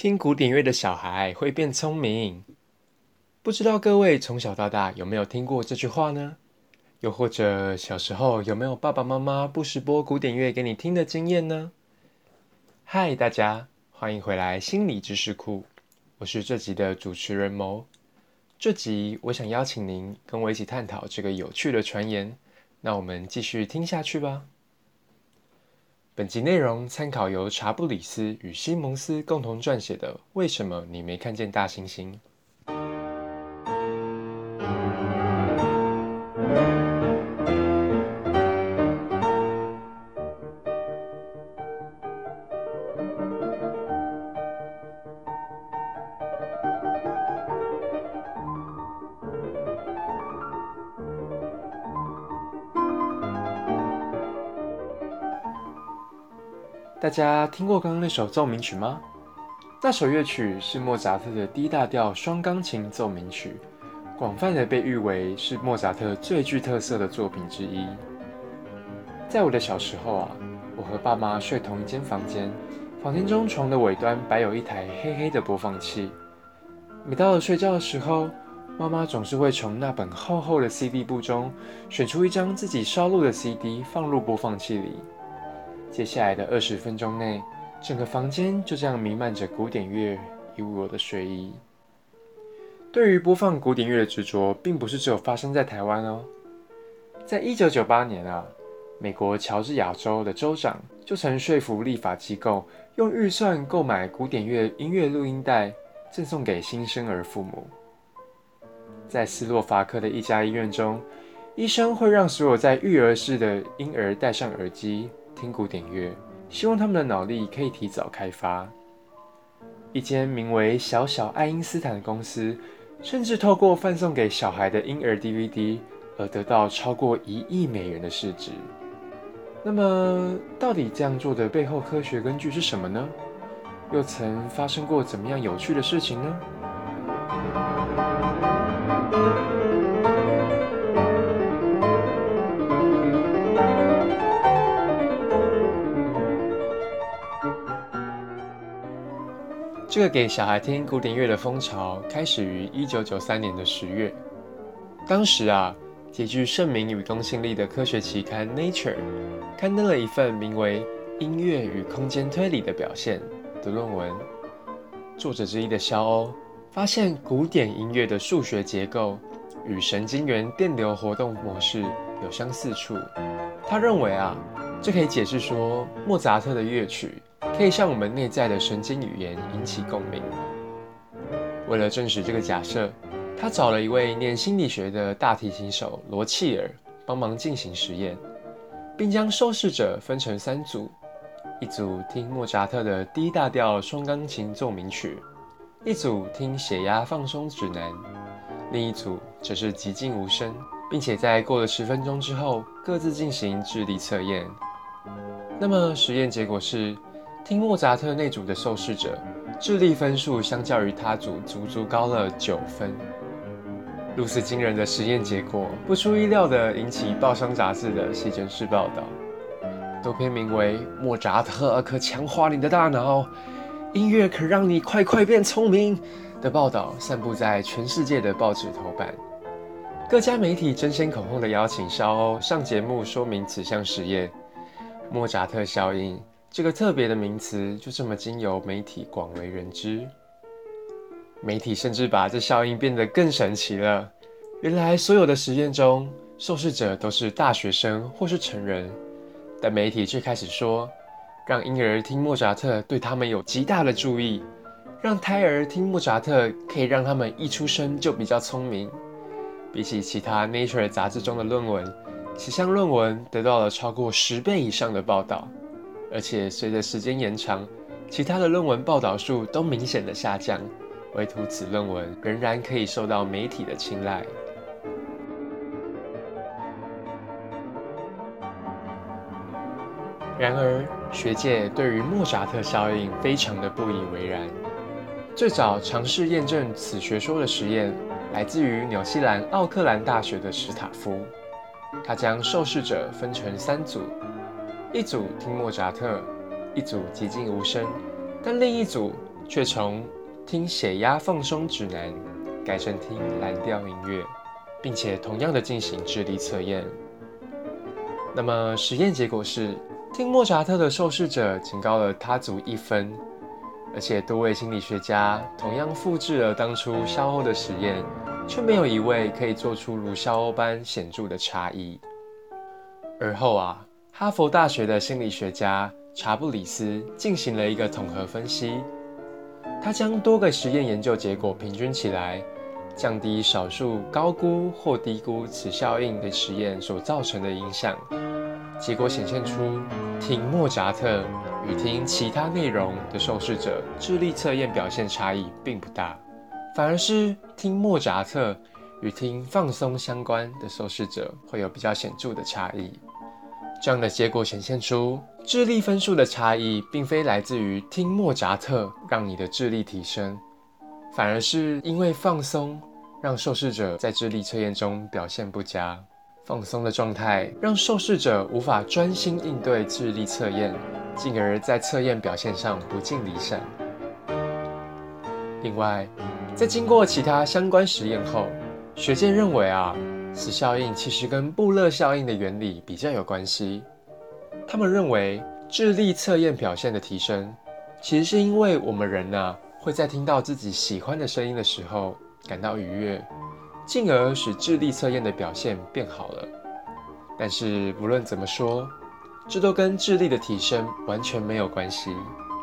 听古典乐的小孩会变聪明。不知道各位从小到大有没有听过这句话呢？又或者小时候有没有爸爸妈妈不时播古典乐给你听的经验呢？嗨，大家，欢迎回来心理知识库，我是这集的主持人谋。这集我想邀请您跟我一起探讨这个有趣的传言，那我们继续听下去吧。本集内容参考由查布里斯与西蒙斯共同撰写的《为什么你没看见大猩猩》。大家听过刚刚那首奏鸣曲吗？那首乐曲是莫扎特的 D 大调双钢琴奏鸣曲，广泛的被誉为是莫扎特最具特色的作品之一。在我的小时候我和爸妈睡同一间房间，房间中床的尾端摆有一台黑黑的播放器。每到了睡觉的时候，妈妈总是会从那本厚厚的 CD 簿中选出一张自己烧录的 CD 放入播放器里。接下来的20分钟内，整个房间就这样弥漫着古典乐，一无我的睡意。对于播放古典乐的执着，并不是只有发生在台湾哦。在1998年美国乔治亚州的州长就曾说服立法机构，用预算购买古典乐音乐录音带，赠送给新生儿父母。在斯洛伐克的一家医院中，医生会让所有在育儿室的婴儿戴上耳机听古典乐，希望他们的脑力可以提早开发。一间名为小小爱因斯坦的公司，甚至透过贩送给小孩的婴儿 DVD 而得到超过1亿美元的市值。那么，到底这样做的背后科学根据是什么呢？又曾发生过怎么样有趣的事情呢？这个给小孩听古典乐的风潮开始于1993年的10月。当时极具盛名与公信力的科学期刊《Nature》刊登了一份名为《音乐与空间推理的表现》的论文。作者之一的肖欧发现古典音乐的数学结构与神经元电流活动模式有相似处。他认为这可以解释说莫扎特的乐曲可以向我们内在的神经语言引起共鸣。为了证实这个假设，他找了一位念心理学的大提琴手罗契尔帮忙进行实验，并将受试者分成3组，一组听莫扎特的 D 大调双钢琴奏鸣曲，一组听血压放松指南，另一组则是寂静无声，并且在过了10分钟之后各自进行智力测验。那么实验结果是，听莫扎特那组的受试者智力分数相较于他组足足高了9分。如此惊人的实验结果，不出意料地引起报章杂志的席卷式报道。多篇名为《莫扎特可强化你的大脑，音乐可让你快快变聪明》的报道散布在全世界的报纸头版。各家媒体争先恐后地邀请肖欧上节目说明此项实验。莫扎特效应这个特别的名词就这么经由媒体广为人知。媒体甚至把这效应变得更神奇了。原来所有的实验中，受试者都是大学生或是成人，但媒体却开始说，让婴儿听莫扎特对他们有极大的助益，让胎儿听莫扎特可以让他们一出生就比较聪明。比起其他 Nature 杂志中的论文，此项论文得到了超过10倍以上的报道，而且随着时间延长，其他的论文报道数都明显的下降，唯独此论文仍然可以受到媒体的青睐。然而，学界对于莫扎特效应非常的不以为然。最早尝试验证此学说的实验，来自于纽西兰奥克兰大学的史塔夫。他将受试者分成3组，一组听莫扎特，一组寂静无声，但另一组却从听血压放松指南改成听蓝调音乐，并且同样的进行智力测验。那么实验结果是，听莫扎特的受试者仅高了他族1分，而且多位心理学家同样复制了当初肖欧的实验，却没有一位可以做出如肖欧般显著的差异。而后哈佛大学的心理学家查布里斯进行了一个统合分析，他将多个实验研究结果平均起来，降低少数高估或低估此效应的实验所造成的影响。结果显现出，听莫扎特与听其他内容的受试者智力测验表现差异并不大，反而是听莫扎特与听放松相关的受试者会有比较显著的差异。这样的结果显现出，智力分数的差异并非来自于听莫扎特让你的智力提升，反而是因为放松让受试者在智力测验中表现不佳。放松的状态让受试者无法专心应对智力测验，进而在测验表现上不尽理想。另外，在经过其他相关实验后，学界认为此效应其实跟布勒效应的原理比较有关系。他们认为智力测验表现的提升，其实是因为我们人会在听到自己喜欢的声音的时候感到愉悦，进而使智力测验的表现变好了。但是无论怎么说，这都跟智力的提升完全没有关系。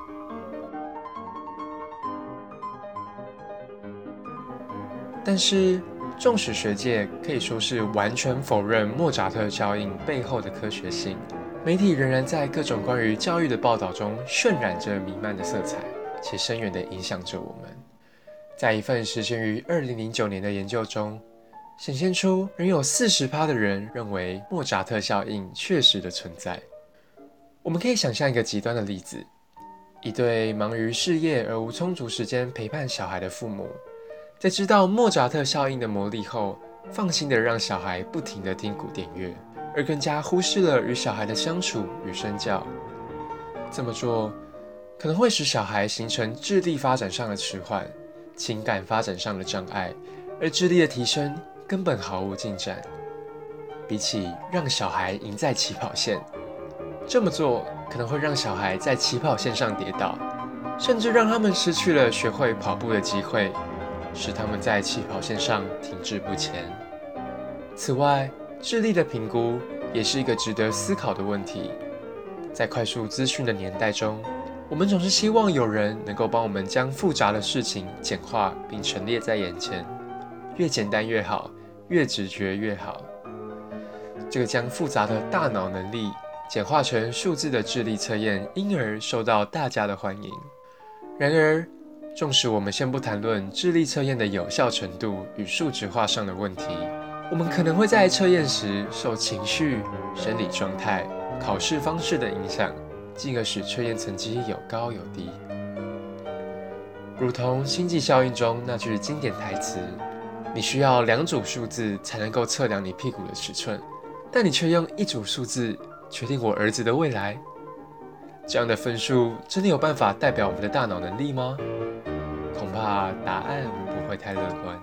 但是纵使学界可以说是完全否认莫扎特效应背后的科学性，媒体仍然在各种关于教育的报道中渲染着弥漫的色彩，且深远地影响着我们。在一份实行于2009年的研究中，显现出仍有40%的人认为莫扎特效应确实的存在。我们可以想象一个极端的例子，一对忙于事业而无充足时间陪伴小孩的父母，在知道莫扎特效应的魔力后，放心地让小孩不停地听古典乐，而更加忽视了与小孩的相处与身教。这么做可能会使小孩形成智力发展上的迟缓，情感发展上的障碍，而智力的提升根本毫无进展。比起让小孩赢在起跑线，这么做可能会让小孩在起跑线上跌倒，甚至让他们失去了学会跑步的机会，使他们在起跑线上停滞不前。此外，智力的评估也是一个值得思考的问题。在快速资讯的年代中，我们总是希望有人能够帮我们将复杂的事情简化并陈列在眼前，越简单越好，越直觉越好。这个将复杂的大脑能力简化成数字的智力测验，因而受到大家的欢迎。然而，纵使我们先不谈论智力测验的有效程度与数值化上的问题，我们可能会在测验时受情绪、生理状态、考试方式的影响，进而使测验成绩有高有低。如同星际效应中那句经典台词，你需要2组数字才能够测量你屁股的尺寸，但你却用1组数字决定我儿子的未来。这样的分数真的有办法代表我们的大脑能力吗？恐怕答案不会太乐观。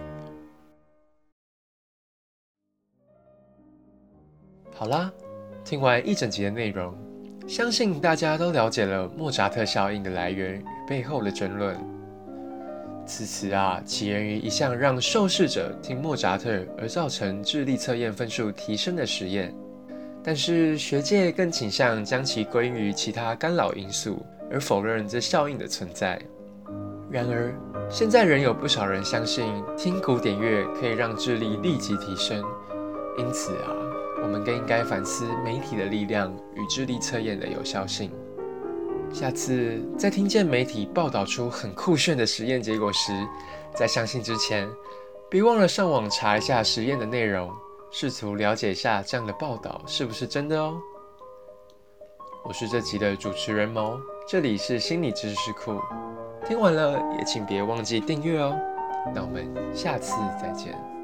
好啦，听完一整集的内容，相信大家都了解了莫扎特效应的来源与背后的争论。此词起源于一项让受试者听莫扎特而造成智力测验分数提升的实验，但是学界更倾向将其归因于其他干扰因素，而否认这效应的存在。然而，现在仍有不少人相信听古典乐可以让智力立即提升，因此我们更应该反思媒体的力量与智力测验的有效性。下次在听见媒体报道出很酷炫的实验结果时，在相信之前，别忘了上网查一下实验的内容，试图了解一下这样的报道是不是真的哦。我是这集的主持人毛，这里是心理知识库。听完了也请别忘记订阅哦。那我们下次再见。